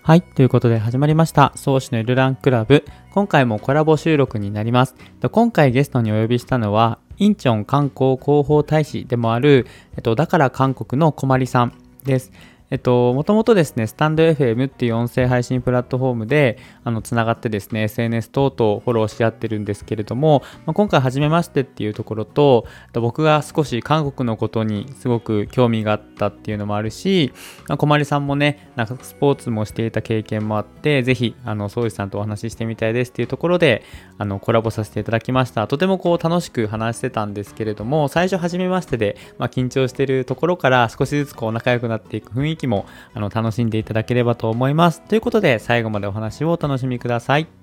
はい。ということで始まりました。創始のゆるランクラブ。今回もコラボ収録になります。今回ゲストにお呼びしたのは、インチョン観光広報大使でもある、だから韓国のこまりさんです。もともとですね、スタンド FM っていう音声配信プラットフォームでつながってですね、SNS 等々フォローし合ってるんですけれども、今回初めましてっていうところと、僕が少し韓国のことにすごく興味があったっていうのもあるし、こまりさんもね、なんかスポーツもしていた経験もあって、ぜひソウジさんとお話ししてみたいですっていうところでコラボさせていただきました。とても楽しく話してたんですけれども、最初初めましてで、緊張してるところから少しずつ仲良くなっていく雰囲気も楽しんでいただければと思います。ということで最後までお話をお楽しみください。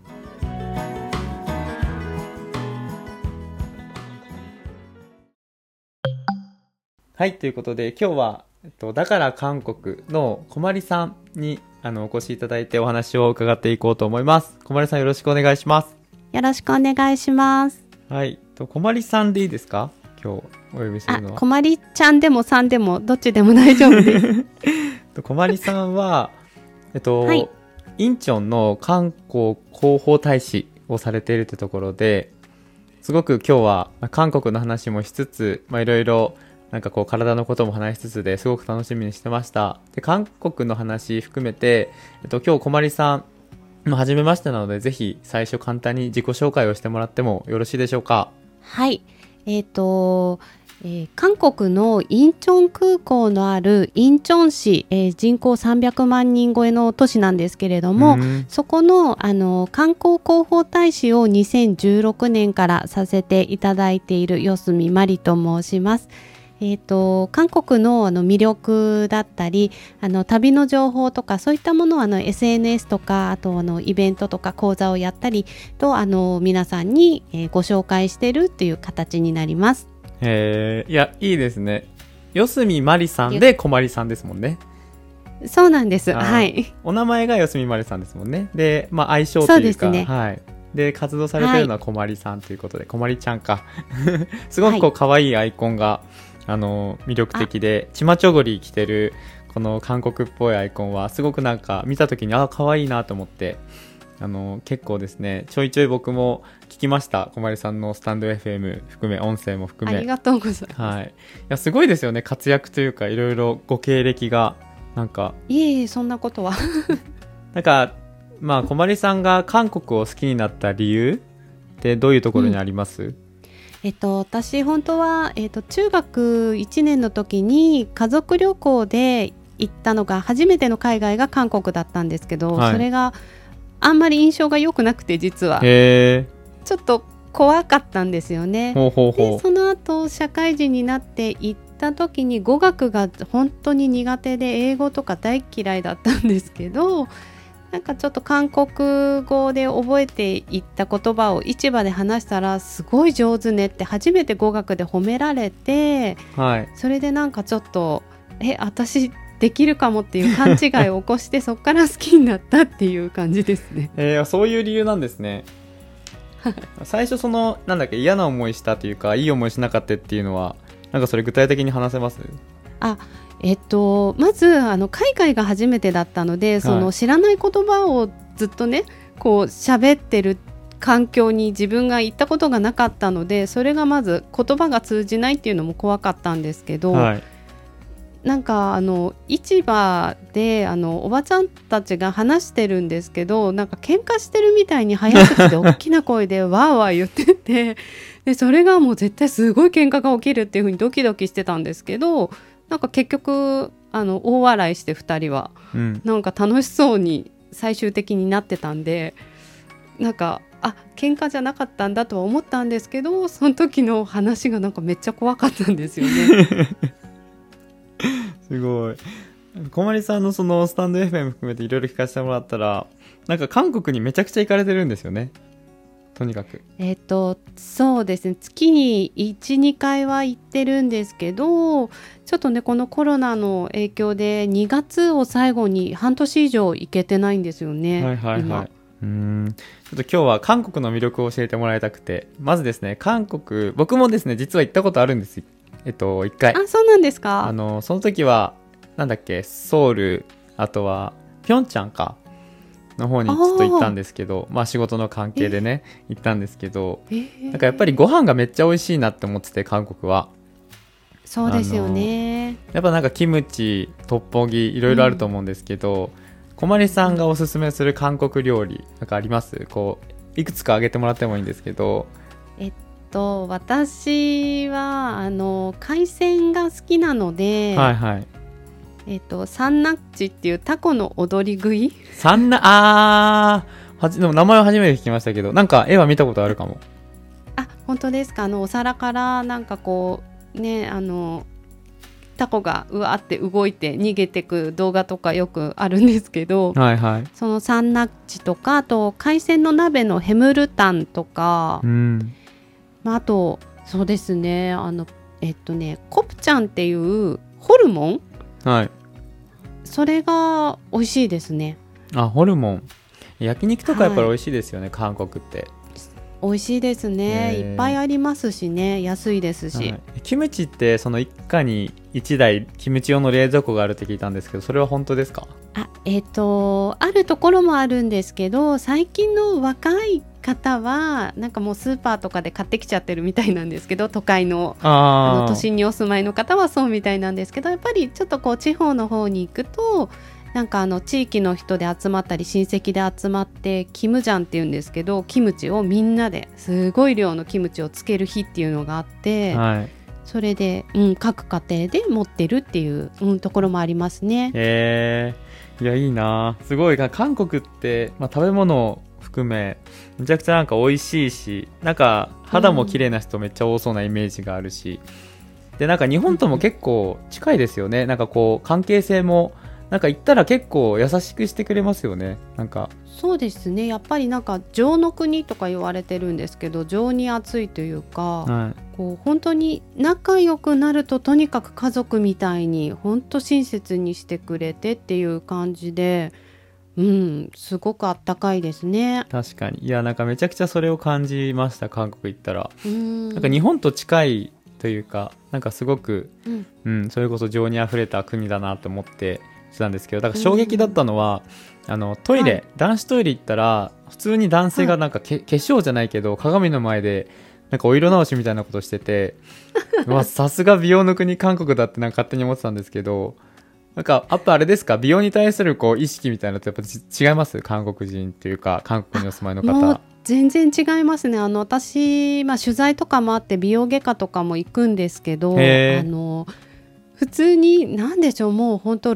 はい、ということで今日はだから韓国のこまりさんにお越しいただいてお話を伺っていこうと思います。こまりさん、よろしくお願いします。 よろしくお願いします。 はい、こまりさんでいいですか？今日お呼びするのは。 こまりちゃんでもさんでもどっちでも大丈夫ですこまりさんははい、 インチョンの韓国広報大使をされているというところで、すごく今日は韓国の話もしつつ、いろいろなんか体のことも話しつつですごく楽しみにしてました。で、韓国の話含めて、今日こまりさん初めましてなので、ぜひ最初簡単に自己紹介をしてもらってもよろしいでしょうか？ はい、韓国のインチョン空港のあるインチョン市、人口300万人超えの都市なんですけれども、そこの、観光広報大使を2016年からさせていただいている四角まりと申します。韓国の魅力だったり旅の情報とかそういったものをSNS とかあとイベントとか講座をやったりと皆さんに、ご紹介しているっていう形になります。 いや、いいですね。四角まりさんでこまりさんですもんね。 そうなんです。はい。 お名前が四角まりさんですもんね。で、愛称というか、 そうですね。 はい。で、活動されてるのはこまりさんということで、こまりちゃんか。すごく可愛いアイコンが、魅力的で、チマチョゴリ着てるこの韓国っぽいアイコンはすごくなんか見た時に可愛いなと思って、結構ですね、ちょいちょい僕も聞きました。こまりさんのスタンド FM 含め音声も含め、 ありがとうございます。 はい、いや、すごいですよね。活躍というかいろいろご経歴がなんか、 いえいえ、そんなことはなんかこまりさんが韓国を好きになった理由ってどういうところにあります？ 私本当は、中学1年の時に家族旅行で行ったのが初めての海外が韓国だったんですけど、それがあんまり印象が良くなくて、実はちょっと怖かったんですよね。でその後社会人になって行った時に語学が本当に苦手で英語とか大嫌いだったんですけど、なんかちょっと韓国語で覚えていった言葉を市場で話したらすごい上手ねって初めて語学で褒められて、それでなんかちょっと私できるかもっていう勘違いを起こしてそこから好きになったっていう感じですね。 そういう理由なんですね。最初なんだっけ、嫌な思いしたというかいい思いしなかったっていうのは、なんかそれ具体的に話せます？ まず海外が初めてだったので、その知らない言葉をずっとね喋ってる環境に自分が行ったことがなかったので、それがまず言葉が通じないっていうのも怖かったんですけど、なんか市場でおばちゃんたちが話してるんですけど、なんか喧嘩してるみたいに早口で大きな声でわーわー言っててでそれがもう絶対すごい喧嘩が起きるっていう風にドキドキしてたんですけど、なんか結局大笑いして2人は、なんか楽しそうに最終的になってたんで、なんか喧嘩じゃなかったんだとは思ったんですけど、その時の話がなんかめっちゃ怖かったんですよねすごい。こまりさんのそのスタンド FM 含めていろいろ聞かせてもらったら、なんか韓国にめちゃくちゃ行かれてるんですよね、とにかく。 そうですね、月に 1,2 回は行ってるんですけど、ちょっとねこのコロナの影響で2月を最後に半年以上行けてないんですよね。今ちょっと今日は韓国の魅力を教えてもらいたくて、まずですね、韓国、僕もですね実は行ったことあるんです。1回。 そうなんですか。 その時はなんだっけ、ソウル、あとはピョンチャンかの方にちょっと行ったんですけど、まあ仕事の関係でね、行ったんですけど、なんかやっぱりご飯がめっちゃ美味しいなって思ってて、韓国は。 そうですよね。 やっぱなんかキムチ、トッポギいろいろあると思うんですけど、こまりさんがおすすめする韓国料理なんかあります？こういくつか挙げてもらってもいいんですけど。 私は海鮮が好きなので、 はいはい。 サンナッチっていうタコの踊り食い。 でも名前は初めて聞きましたけど、なんか絵は見たことあるかも。 あ、本当ですか。お皿からなんかこうね、タコがうわって動いて逃げてく動画とかよくあるんですけど、 はいはい、 そのサンナッチとか、あと海鮮の鍋のヘムルタンとか、あとそうですね、コプチャンっていうホルモン、 はい、 それが美味しいですね。 ホルモン、焼肉とかやっぱり美味しいですよね、韓国って。 美味しいですね、いっぱいありますしね、安いですし、 キムチってその一家に1台キムチ用の冷蔵庫があるって聞いたんですけど、それは本当ですか？ あるところもあるんですけど、最近の若い方はなんかもうスーパーとかで買ってきちゃってるみたいなんですけど、都会の都心にお住まいの方はそうみたいなんですけど、やっぱりちょっとこう地方の方に行くと、なんか地域の人で集まったり親戚で集まってキムジャンっていうんですけど、キムチをみんなですごい量のキムチをつける日っていうのがあって、はい、それで、各家庭で持ってるっていう、ところもありますね。 いやいいな、すごい。韓国って、食べ物を含めめちゃくちゃなんか美味しいし、なんか肌も綺麗な人めっちゃ多そうなイメージがあるし、でなんか日本とも結構近いですよね。なんかこう関係性もなんか言ったら結構優しくしてくれますよね。なんかそうですね、やっぱりなんか情の国とか言われてるんですけど、情に熱いというか、こう本当に仲良くなるととにかく家族みたいに本当親切にしてくれてっていう感じで、すごくあったかいですね。 確かに。いやなんかめちゃくちゃそれを感じました。韓国行ったらなんか日本と近いというか、なんかすごく、それこそ情にあふれた国だなと思ってしたんですけど、だから衝撃だったのは、トイレ、男子トイレ行ったら普通に男性がなんか化粧じゃないけど鏡の前でなんかお色直しみたいなことしててさすが美容の国韓国だってなんか勝手に思ってたんですけど、なんかやっぱあれですか、美容に対するこう意識みたいなのってやっぱ違います？韓国人っていうか韓国にお住まいの方。 もう全然違いますね。私、取材とかもあって美容外科とかも行くんですけど、普通に何でしょう、もう本当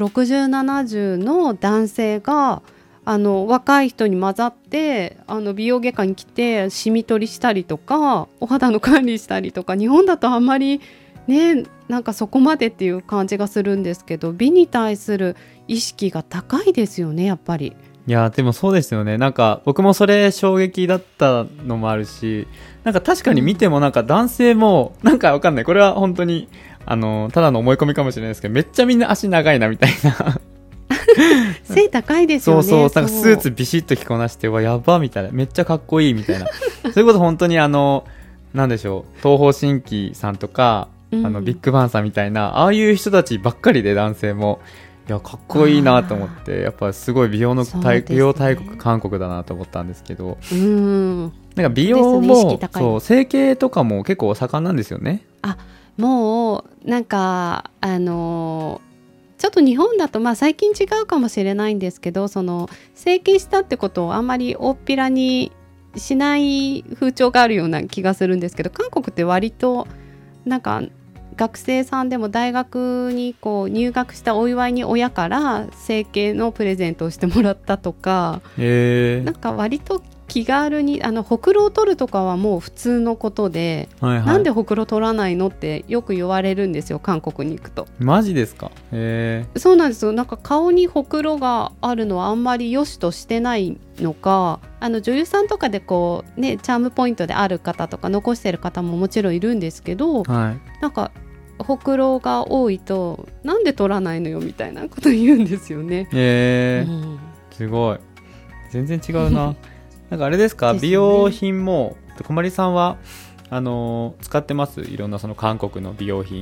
60、70の男性が若い人に混ざって美容外科に来てシミ取りしたりとかお肌の管理したりとか、日本だとあんまりね、なんかそこまでっていう感じがするんですけど、美に対する意識が高いですよね、やっぱり。 いやでもそうですよね。なんか僕もそれ衝撃だったのもあるし、なんか確かに見てもなんか男性もなんかわかんない、これは本当にただの思い込みかもしれないですけど、めっちゃみんな足長いなみたいな背高いですよね。 そうなんかスーツビシッと着こなして、わやばみたいな、めっちゃかっこいいみたいなそれこそ本当になんでしょう、東方神起さんとかビッグバンさんみたいな、ああいう人たちばっかりで、男性もいやかっこいいなと思って、やっぱすごい美容美容大国韓国だなと思ったんですけど、なんか美容も、そう整形とかも結構盛んなんですよね。 もうなんかちょっと日本だと最近違うかもしれないんですけど、その整形したってことをあんまり大っぴらにしない風潮があるような気がするんですけど、韓国って割となんか学生さんでも大学にこう入学したお祝いに親から整形のプレゼントをしてもらったとか、なんか割と気軽にほくろを取るとかはもう普通のことで、なんでほくろ取らないのってよく言われるんですよ、韓国に行くと。 マジですか？ そうなんですよ。なんか顔にほくろがあるのはあんまり良しとしてないのか、女優さんとかでこうね、チャームポイントである方とか残してる方ももちろんいるんですけど、なんかほくろが多いとなんで取らないのよみたいなこと言うんですよね。 すごい、全然違うななんかあれですか、美容品もこまりさんは使ってます？いろんなその韓国の美容品。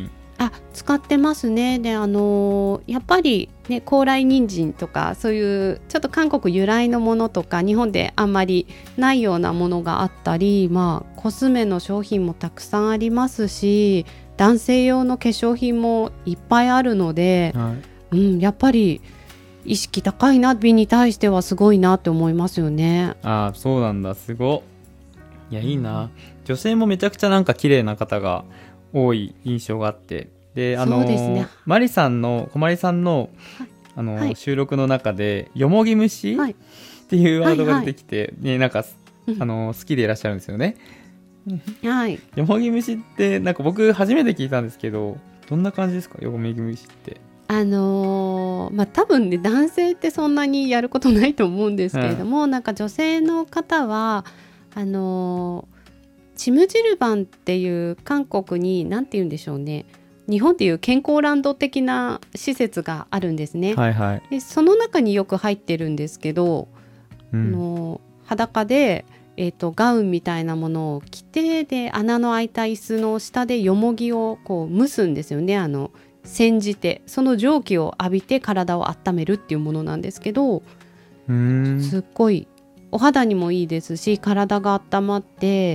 使ってますね。で、やっぱりね、高麗人参とかそういうちょっと韓国由来のものとか日本であんまりないようなものがあったり、コスメの商品もたくさんありますし、男性用の化粧品もいっぱいあるので、やっぱり意識高いな、美に対してはすごいなって思いますよね。 そうなんだ、すごい。いや、いいな。女性もめちゃくちゃなんか綺麗な方が多い印象があって、で、 そうですね、 小まりさんの、収録の中でよもぎ虫、っていうワードが出てきて、なんか好きでいらっしゃるんですよね。よもぎ虫ってなんか僕初めて聞いたんですけど、どんな感じですか、よもぎ虫って。 多分ね、男性ってそんなにやることないと思うんですけれども、なんか女性の方はチムジルバンっていう韓国に何て言うんでしょうね、日本っていう健康ランド的な施設があるんですね。でその中によく入ってるんですけど、裸で、ガウンみたいなものを着て、で穴の開いた椅子の下でよもぎをこう蒸すんですよね。煎じてその蒸気を浴びて体を温めるっていうものなんですけど、すっごいお肌にもいいですし、体が温まって、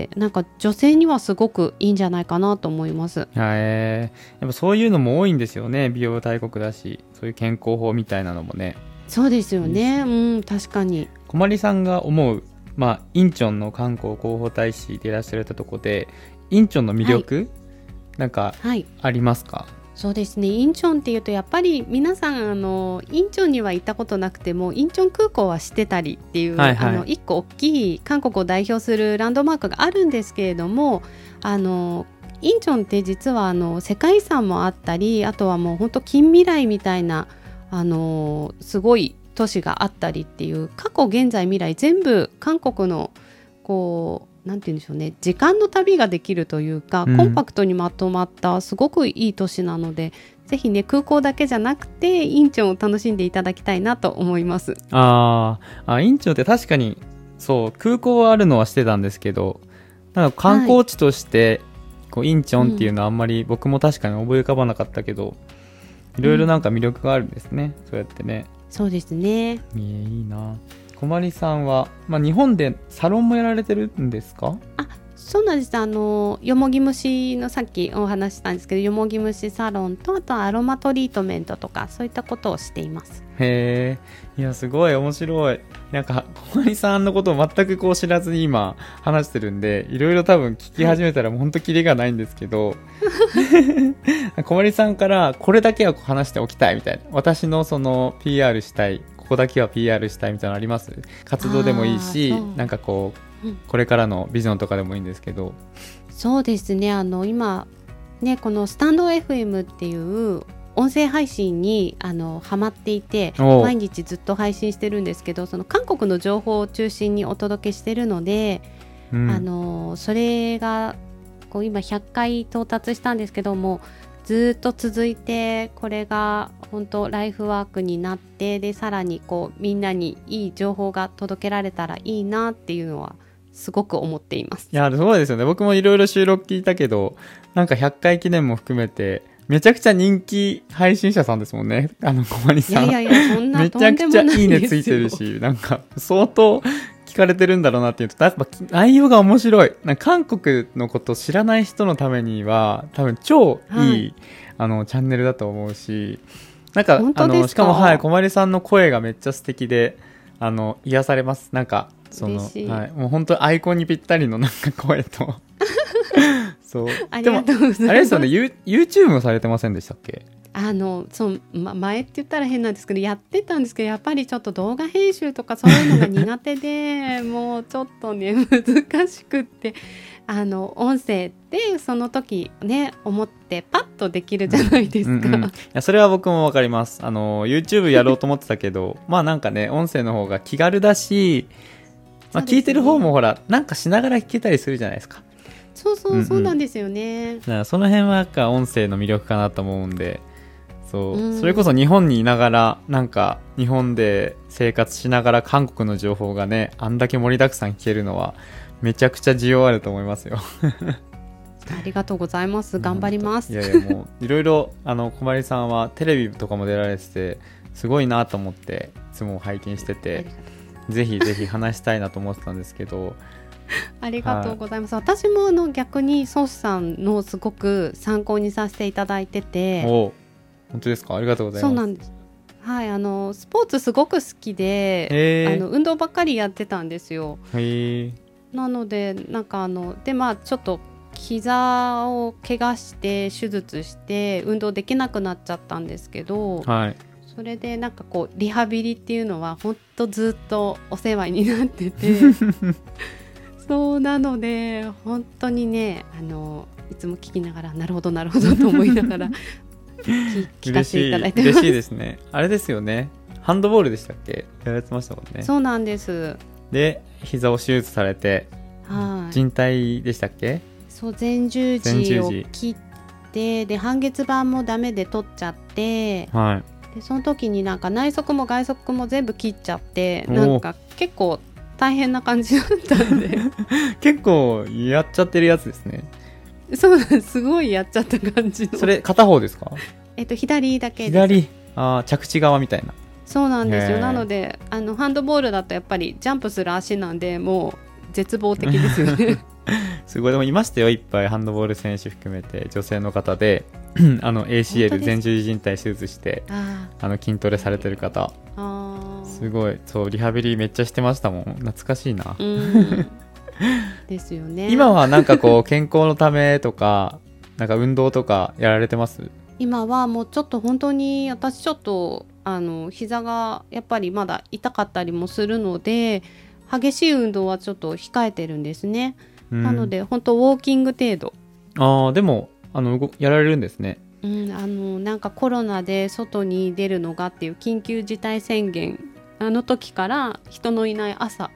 なんか女性にはすごくいいんじゃないかなと思います。 やっぱそういうのも多いんですよね。美容大国だし、そういう健康法みたいなのもね。 そうですよね。確かに。 小まりさんが思う、インチョンの観光広報大使でいらっしゃるとこで、インチョンの魅力、なんかありますか？ そうですね、インチョンっていうとやっぱり皆さんインチョンには行ったことなくてもインチョン空港は知ってたりっていう、一個大きい韓国を代表するランドマークがあるんですけれども、インチョンって実は世界遺産もあったり、あとはもう本当近未来みたいなすごい都市があったりっていう、過去現在未来全部韓国のこうなんて言うんでしょうね、時間の旅ができるというか、コンパクトにまとまったすごくいい都市なので、ぜひね、空港だけじゃなくてインチョンを楽しんでいただきたいなと思います。 インチョンって確かにそう空港はあるのはしてたんですけど、なんか観光地として、こうインチョンっていうのはあんまり僕も確かに思い浮かばなかったけど、いろいろなんか魅力があるんですね、そうやってね。 そうですね。 いいな。小まりさんは、日本でサロンもやられてるんですか？ そうなんです。よもぎ虫のさっきお話したんですけど、よもぎ虫サロンと、あとアロマトリートメントとかそういったことをしています。 へえ、いやすごい面白い。なんか小まりさんのことを全くこう知らずに今話してるんで、いろいろ多分聞き始めたらもうほんとキリがないんですけど、小まりさんからこれだけは話しておきたいみたいな、私のその PR したい、ここだけは PR したいみたいなのあります？活動でもいいし、なんかこう、これからのビジョンとかでもいいんですけど。 そうですね、今ね、このスタンド FM っていう音声配信にハマっていて、毎日ずっと配信してるんですけど、その韓国の情報を中心にお届けしてるので、それがこう今100回到達したんですけども、ずっと続いて、これが本当ライフワークになって、でさらにこうみんなにいい情報が届けられたらいいなっていうのはすごく思っています。 いやそうですよね。僕もいろいろ収録聞いたけど、なんか100回記念も含めてめちゃくちゃ人気配信者さんですもんね、小まりさん。 いやそんなめちゃくちゃいいねついてるし、なんか相当聞かれてるんだろうなっていうと、やっぱ内容が面白い。なんか韓国のことを知らない人のためには多分超いい、チャンネルだと思うし、なんかしかも小まりさんの声がめっちゃ素敵で癒されます。なんかもう本当アイコンにぴったりのなんか声とそう。 ありがとうございます。 でもあれですよね、YouTube もされてませんでしたっけ？ 前って言ったら変なんですけど、やってたんですけど、やっぱりちょっと動画編集とかそういうのが苦手でもうちょっとね難しくって、音声ってその時ね思ってパッとできるじゃないですか。 いやそれは僕もわかります。YouTube やろうと思ってたけどなんかね、音声の方が気軽だし、聞いてる方もほらなんかしながら聞けたりするじゃないですか。 そうなんですよね。 だからその辺はなんか音声の魅力かなと思うんで、それこそ日本にいながら、なんか日本で生活しながら韓国の情報がね、あんだけ盛りだくさん聞けるのはめちゃくちゃ需要あると思いますよ。 ありがとうございます。頑張ります。 いやいや、もういろいろ小まりさんはテレビとかも出られててすごいなと思っていつも拝見してて、ぜひぜひ話したいなと思ってたんですけどありがとうございます。私も逆にソースさんのすごく参考にさせていただいてて。 お、本当ですか？ありがとうございます。 そうなんです。はい、スポーツすごく好きで、運動ばっかりやってたんですよ。なのでなんかでちょっと膝を怪我して手術して運動できなくなっちゃったんですけど、 はい、 それでなんかこうリハビリっていうのは本当ずっとお世話になっててそうなので本当にねいつも聞きながらなるほどなるほどと思いながら聞かせていただいてます。 嬉しいですね。あれですよね、ハンドボールでしたっけ？やられてましたもんね。 そうなんです。 で膝を手術されて、はい、靭帯でしたっけ？ そう、前十字を切ってで半月板もダメで取っちゃって、はい、でその時になんか内側も外側も全部切っちゃってなんか結構大変な感じだったんで結構やっちゃってるやつですね。 そうなんです、すごいやっちゃった感じの。 それ片方ですか？ 左だけです。 左、着地側みたいな。 そうなんですよ。なのでハンドボールだとやっぱりジャンプする足なんでもう絶望的ですよねすごい。でもいましたよ、いっぱいハンドボール選手含めて女性の方でACL 前十字靭帯手術して筋トレされてる方、すごい。そうリハビリめっちゃしてましたもん。懐かしいなですよね。 今はなんかこう健康のためとかなんか運動とかやられてます？ 今はもうちょっと本当に私ちょっと膝がやっぱりまだ痛かったりもするので激しい運動はちょっと控えてるんですね。なので本当ウォーキング程度。 でもやられるんですね。 なんかコロナで外に出るのがっていう緊急事態宣言時から人のいない朝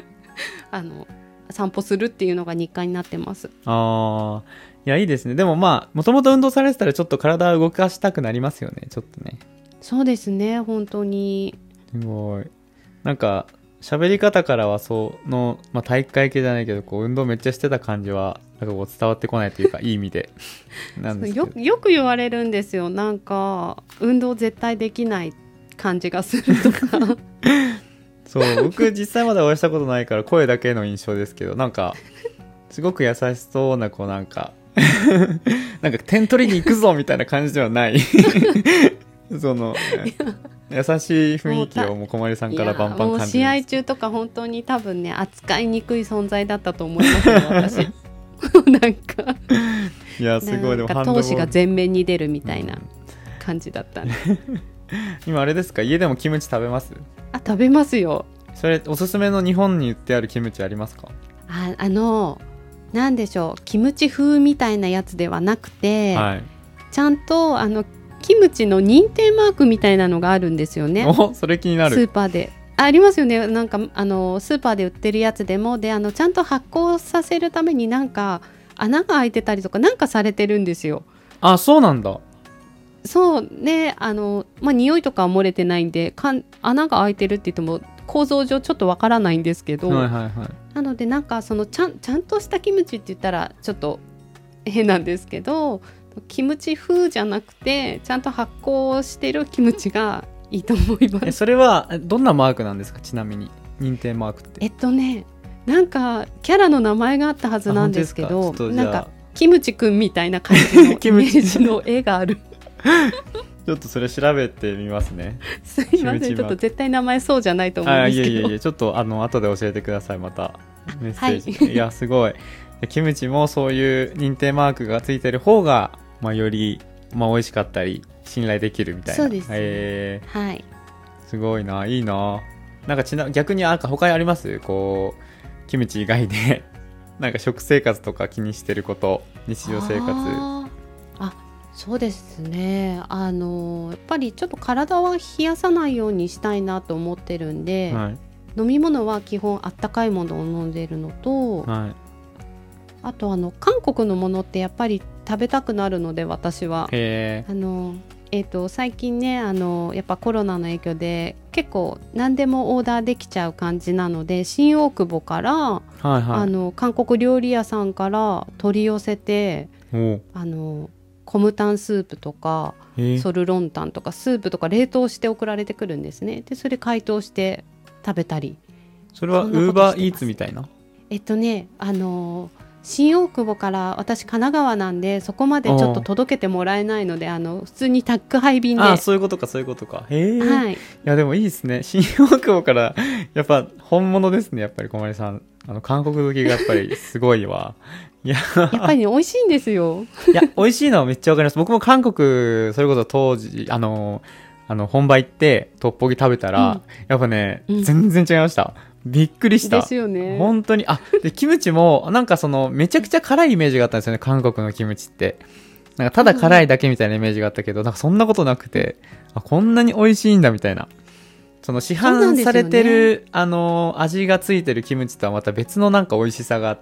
散歩するっていうのが日課になってます。 いやいいですね。でももともと運動されてたらちょっと体を動かしたくなりますよね。ちょっとね。 そうですね、本当にすごい。なんか喋り方からは体育会系じゃないけどこう運動めっちゃしてた感じはなんかこう伝わってこないというかいい意味でなんですけどよく言われるんですよ。なんか運動絶対できない感じがするとかそう僕実際まだお会いしたことないから声だけの印象ですけど、なんかすごく優しそうな子なんかなんか点取りに行くぞみたいな感じではないその優しい雰囲気をもう小森さんからバンバン感じるんです。もう試合中とか本当に多分ね扱いにくい存在だったと思いますよ私なんかいやすごい。でも闘志が前面に出るみたいな感じだったね今あれですか、家でもキムチ食べます？ 食べますよ。 それおすすめの日本に売ってあるキムチありますか？ なんでしょう、キムチ風みたいなやつではなくて、はい、ちゃんとキムチの認定マークみたいなのがあるんですよね。 それ気になる。 スーパーでありますよね。なんかスーパーで売ってるやつでもでちゃんと発酵させるためになんか穴が開いてたりとかなんかされてるんですよ。 そうなんだ。 そうね、匂いとかは漏れてないんで穴が開いてるって言っても構造上ちょっとわからないんですけど、はいはいはい、なのでなんかちゃんとしたキムチって言ったらちょっと変なんですけど、キムチ風じゃなくてちゃんと発酵してるキムチがいいと思います。 それはどんなマークなんですか？ちなみに認定マークって。 なんかキャラの名前があったはずなんですけど、なんかキムチくんみたいな感じのイメージの絵があるちょっとそれ調べてみますね。 すいません、ちょっと絶対名前そうじゃないと思うんですけど。 いやちょっと後で教えてください、またメッセージ、はい、いやすごい。キムチもそういう認定マークがついてる方が、より、美味しかったり信頼できるみたいな。 そうですね、はい、 すごいな、いいな。なんか逆に他にあります？こうキムチ以外でなんか食生活とか気にしてること、日常生活。 そうですね、やっぱりちょっと体は冷やさないようにしたいなと思ってるんで、はい、飲み物は基本あったかいものを飲んでるのと、はい、あと韓国のものってやっぱり食べたくなるので私は。 へ最近ねやっぱコロナの影響で結構何でもオーダーできちゃう感じなので、新大久保から、 はいはい、 韓国料理屋さんから取り寄せて、 おコムタンスープとかへソルロンタンとかスープとか冷凍して送られてくるんですね。でそれ解凍して食べたり。 それはウそんなことーバーイーしてます。 ツみたいな。 新大久保から私神奈川なんでそこまでちょっと届けてもらえないので、普通に宅配便で。 そういうことかそういうことか。へえ、 はい、 いやでもいいですね。新大久保からやっぱ本物ですね。やっぱり小森さん、韓国好きがやっぱりすごいわ。いややっぱりね美味しいんですよ。 いや美味しいのはめっちゃわかります。僕も韓国それこそ当時本場行ってトッポギ食べたら、やっぱね、全然違いました。びっくりした。 ですよね。 本当に。でキムチもなんかめちゃくちゃ辛いイメージがあったんですよね、韓国のキムチって。なんかただ辛いだけみたいなイメージがあったけど、なんかそんなことなくて、こんなに美味しいんだみたいな。市販されてる、味がついてるキムチとはまた別のなんか美味しさがあって、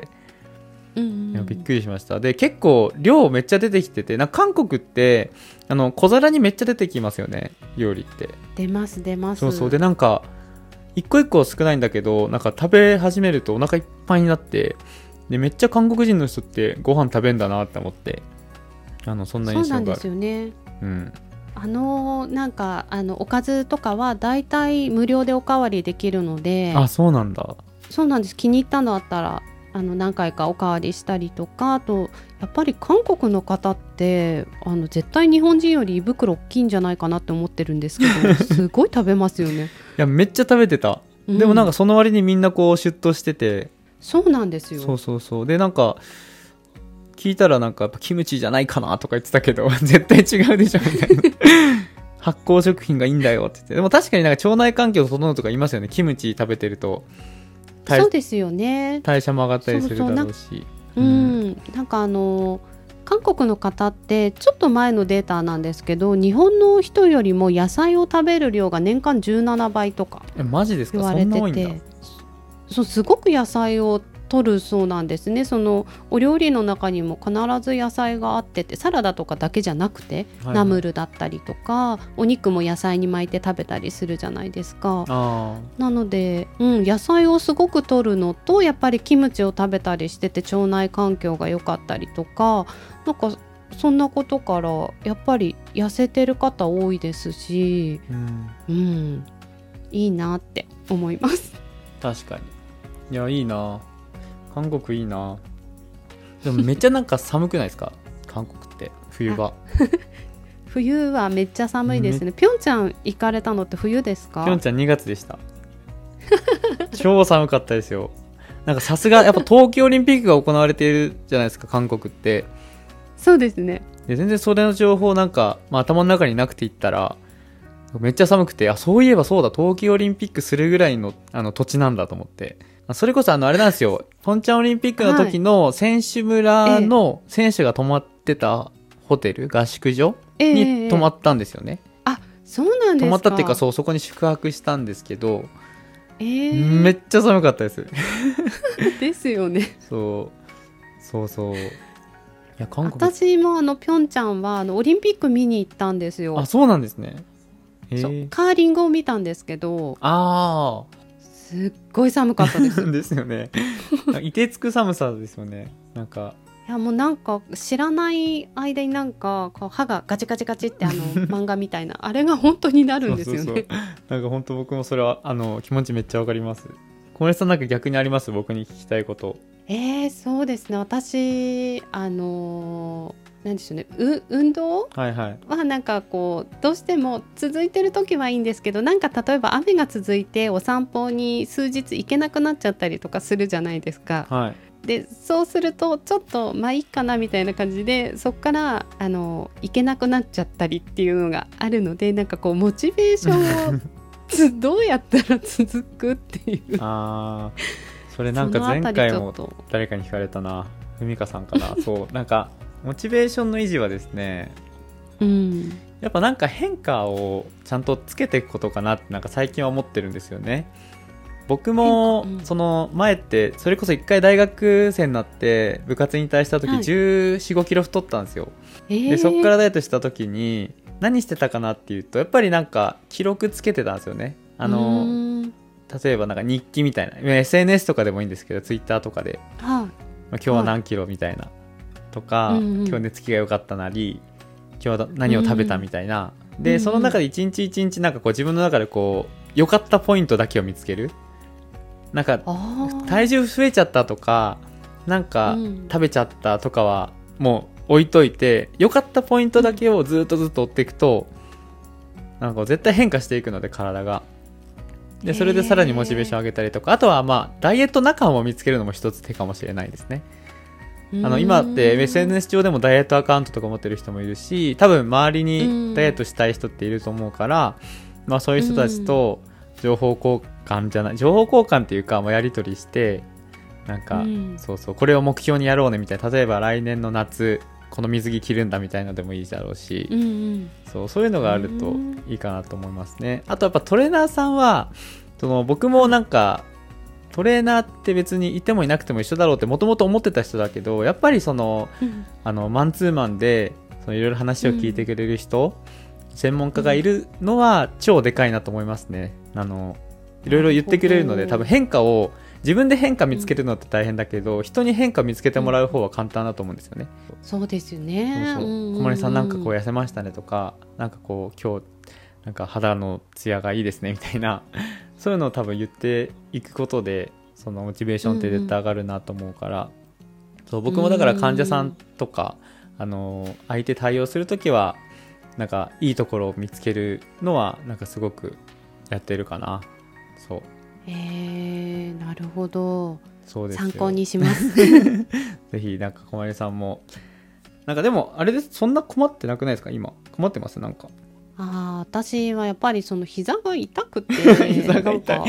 いやびっくりしました。で結構量めっちゃ出てきてて、なんか韓国って小皿にめっちゃ出てきますよね、料理って。 出ます出ます。 そうそう。でなんか一個一個少ないんだけど、なんか食べ始めるとお腹いっぱいになって、でめっちゃ韓国人の人ってご飯食べんだなって思って、そんな印象がある。 そうなんですよね。 うん、 なんかおかずとかはだいたい無料でおかわりできるので。 そうなんだ。 そうなんです。気に入ったのあったら何回かおかわりしたりとか、あとやっぱり韓国の方って絶対日本人より胃袋大きいんじゃないかなって思ってるんですけどすごい食べますよね。 いやめっちゃ食べてた、でもなんかその割にみんなこうシュッとしてて。 そうなんですよ。 そうそうそう。でなんか聞いたらなんかやっぱキムチじゃないかなとか言ってたけど絶対違うでしょみたいな発酵食品がいいんだよって言って。でも確かになんか腸内環境整うとか言いますよね、キムチ食べてると。 そうですよね。 代謝も上がったりするだろうし。 なんか韓国の方ってちょっと前のデータなんですけど、日本の人よりも野菜を食べる量が年間17倍とかマジですか。 言われてて、 そんな多いんだ。 そうすごく野菜を取るそうなんですね。お料理の中にも必ず野菜があってて、サラダとかだけじゃなくて、ナムルだったりとかお肉も野菜に巻いて食べたりするじゃないですか。なので、野菜をすごく取るのと、やっぱりキムチを食べたりしてて腸内環境が良かったりとか、なんかそんなことからやっぱり痩せてる方多いですし、いいなって思います。 確かに。いやいいな、韓国いいな。でもめっちゃなんか寒くないですか韓国って冬場。 冬はめっちゃ寒いですね。ピョンチャン行かれたのって冬ですか？ ピョンチャン2月でした超寒かったですよ。なんかさすがやっぱ冬季オリンピックが行われているじゃないですか韓国って。 そうですね。 で全然それの情報なんか、頭の中になくて行ったらめっちゃ寒くて、そういえばそうだ、冬季オリンピックするぐらいの土地なんだと思って。それこそあれなんですよ、ピョンチャンオリンピックの時の選手村の選手が泊まってたホテル、合宿所に泊まったんですよね。 そうなんですか。 泊まったっていうか、そこに宿泊したんですけど、めっちゃ寒かったですですよね。 そうそう。いや韓国、 私もピョンチャンはオリンピック見に行ったんですよ。 そうなんですね。 カーリングを見たんですけど、すっごい寒かったですですよね。凍てつく寒さですよね。 いやもうなんか知らない間になんか歯がガチガチガチって漫画みたいなあれが本当になるんですよね。 そうなんか本当僕もそれは気持ちめっちゃわかります。小林さんなんか逆にあります？僕に聞きたいこと。 そうですね。私なんでしょうね、運動はなんかどうしても続いてる時はいいんですけど、なんか例えば雨が続いてお散歩に数日行けなくなっちゃったりとかするじゃないですか。でそうするとちょっといいかなみたいな感じで、そこから行けなくなっちゃったりっていうのがあるので、なんかモチベーションをどうやったら続くっていうそれなんか前回も誰かに聞かれたな、ふみかさんかな。そうなんかモチベーションの維持はですね、やっぱなんか変化をちゃんとつけていくことかなってなんか最近は思ってるんですよね。 僕も変化その前ってそれこそ一回大学生になって部活引退した時、 はい 14、15キロ太ったんですよ。でそこからダイエットした時に何してたかなっていうと、やっぱりなんか記録つけてたんですよね。例えばなんか日記みたいな、SNS とかでもいいんですけど、ツイッターとかで、今日は何キロみたいなとか、今日寝つきが良かったなり、今日は何を食べたみたいな、でその中で一日一日なんかこう自分の中でこう良かったポイントだけを見つける。なんか体重増えちゃったとかなんか食べちゃったとかはもう置いといて、良かったポイントだけをずっと追っていくと、なんか絶対変化していくので体が。でそれでさらにモチベーション上げたりとか、あとはまあダイエット仲間を見つけるのも一つ手かもしれないですね。今って SNS 上でもダイエットアカウントとか持ってる人もいるし、多分周りにダイエットしたい人っていると思うから、まあそういう人たちと情報交換っていうか、まあ、やり取りして、なんか、そうそう、これを目標にやろうねみたいな、例えば来年の夏この水着着るんだみたいなのでもいいだろうし、そういうのがあるといいかなと思いますね。あとやっぱトレーナーさんは僕もなんかトレーナーって別にいてもいなくても一緒だろうってもともと思ってた人だけど、やっぱりマンツーマンでいろいろ話を聞いてくれる人、専門家がいるのは超でかいなと思いますね。いろいろ言ってくれるので、多分変化を自分で変化見つけるのって大変だけど、人に変化見つけてもらう方は簡単だと思うんですよね。 そうですよね。 小森さんなんかこう痩せましたねとか、なんかこう今日なんか肌のツヤがいいですねみたいなそういうのを多分言っていくことで、そのモチベーションって絶対上がるなと思うから、そう僕もだから患者さんとか相手対応するときはなんかいいところを見つけるのはなんかすごくやってるかな。そうなるほど。 そうですよ。 参考にしますぜひなんか小森さんもなんかでもあれです、そんな困ってなくないですか？今困ってます？なんか私はやっぱりその膝が痛くて膝が痛い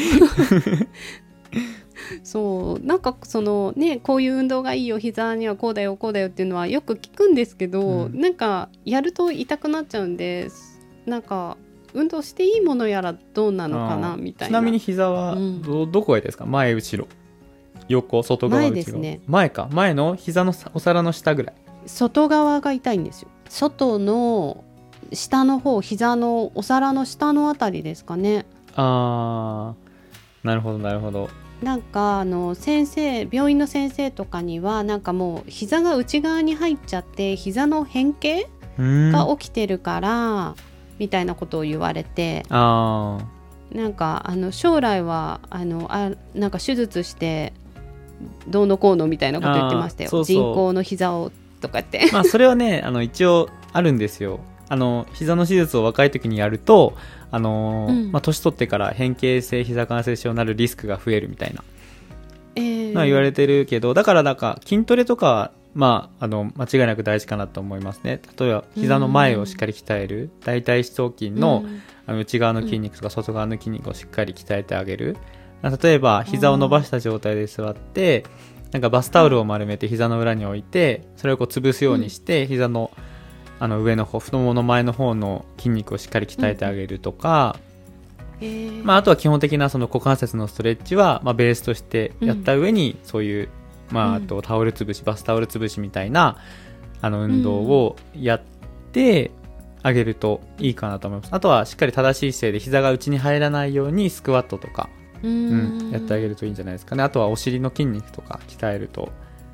そうなんかそのね、こういう運動がいいよ、膝にはこうだよこうだよっていうのはよく聞くんですけど、なんかやると痛くなっちゃうんで、なんか運動していいものやらどうなのかなみたいな。 ちなみに膝はどこがいいですか？前後ろ横外側内側？ 前ですね。 前か。前の膝のお皿の下ぐらい。 外側が痛いんですよ。外の下の方、膝のお皿の下のあたりですかね。 なるほどなるほど。 なんか病院の先生とかにはなんかもう膝が内側に入っちゃって膝の変形が起きてるからみたいなことを言われて、なんか将来はなんか手術してどうのこうのみたいなこと言ってましたよ。人工の膝をとかってまあそれはね一応あるんですよ。膝の手術を若い時にやると年取ってから変形性膝関節症になるリスクが増えるみたいな、言われてるけど、だからなんか筋トレとか間違いなく大事かなと思いますね。例えば膝の前をしっかり鍛える、大腿四頭筋の内側の筋肉とか外側の筋肉をしっかり鍛えてあげる。例えば膝を伸ばした状態で座ってなんかバスタオルを丸めて膝の裏に置いて、それをこう潰すようにして膝の上の方、太ももの前の方の筋肉をしっかり鍛えてあげるとか、あとは基本的なその股関節のストレッチは、ベースとしてやった上に、そういう、あとタオル潰し、バスタオル潰しみたいな運動をやってあげるといいかなと思います。あとはしっかり正しい姿勢で膝が内に入らないようにスクワットとか、やってあげるといいんじゃないですかね。あとはお尻の筋肉とか鍛えると。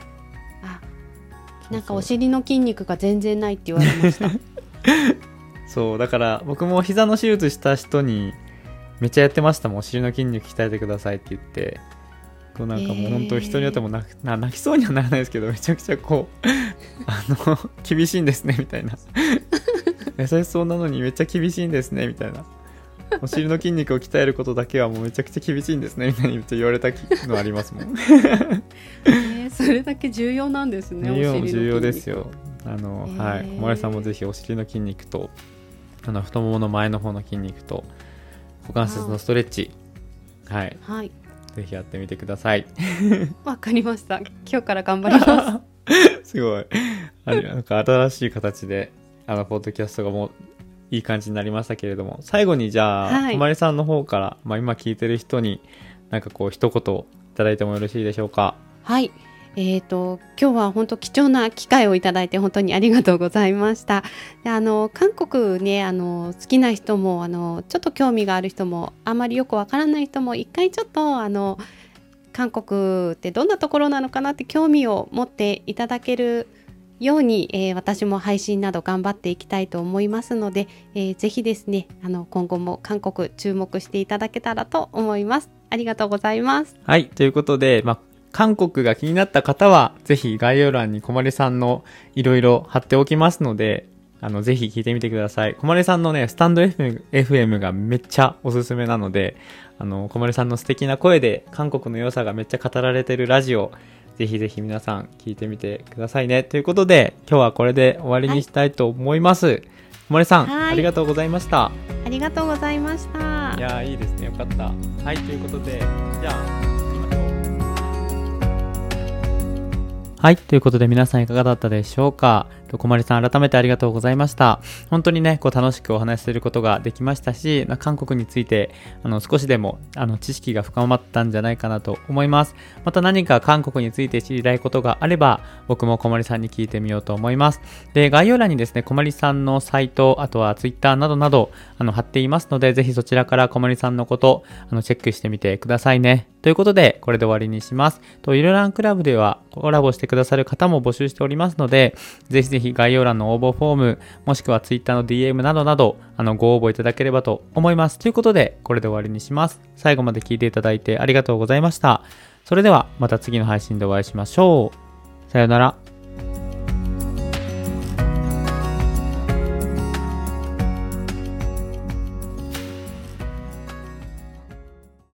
なんかお尻の筋肉が全然ないって言われましたそうだから僕も膝の手術した人にめっちゃやってましたもん。お尻の筋肉鍛えてくださいって言って、こうなんかもう本当人によっても泣きそうにはならないですけど、めちゃくちゃこう厳しいんですねみたいな優しそうなのにめっちゃ厳しいんですねみたいな、お尻の筋肉を鍛えることだけはもうめちゃくちゃ厳しいんですねみたいに言われたのありますもんそれだけ重要なんですね。お尻の筋肉重要ですよ。小森さんもぜひお尻の筋肉と太ももの前の方の筋肉と股関節のストレッチ、はい、ぜひやってみてください。 わかりました。今日から頑張りますすごいなんか新しい形でポッドキャストがもういい感じになりましたけれども、最後にじゃあ小森さんの方から、今聞いてる人になんかこう一言いただいてもよろしいでしょうか。 はい、今日は本当貴重な機会をいただいて本当にありがとうございました。で韓国ね好きな人もちょっと興味がある人もあまりよくわからない人も一回ちょっと韓国ってどんなところなのかなって興味を持っていただけるように、私も配信など頑張っていきたいと思いますので、ぜひですね今後も韓国注目していただけたらと思います。ありがとうございます。 はい、ということで、韓国が気になった方はぜひ概要欄にこまりさんのいろいろ貼っておきますので、ぜひ聞いてみてください。こまりさんのねスタンド FM がめっちゃおすすめなので、こまりさんの素敵な声で韓国の良さがめっちゃ語られてるラジオ、ぜひぜひ皆さん聞いてみてくださいね。ということで今日はこれで終わりにしたいと思います。こまりさん、ありがとうございました。 ありがとうございました。 いやいいですね、よかった。はい、ということでじゃあはい、ということで皆さんいかがだったでしょうか。こまりさん改めてありがとうございました。本当にね楽しくお話しすることができましたし、韓国について少しでも知識が深まったんじゃないかなと思います。また何か韓国について知りたいことがあれば僕もこまりさんに聞いてみようと思います。で概要欄にですねこまりさんのサイト、あとはツイッターなどなど貼っていますので、ぜひそちらからこまりさんのことチェックしてみてくださいね。ということでこれで終わりにします。ゆるらんクラブではコラボしてくださる方も募集しておりますので、ぜひぜひ概要欄の応募フォームもしくは Twitter の DM などなどご応募いただければと思います。ということでこれで終わりにします。最後まで聞いていただいてありがとうございました。それではまた次の配信でお会いしましょう。さようなら。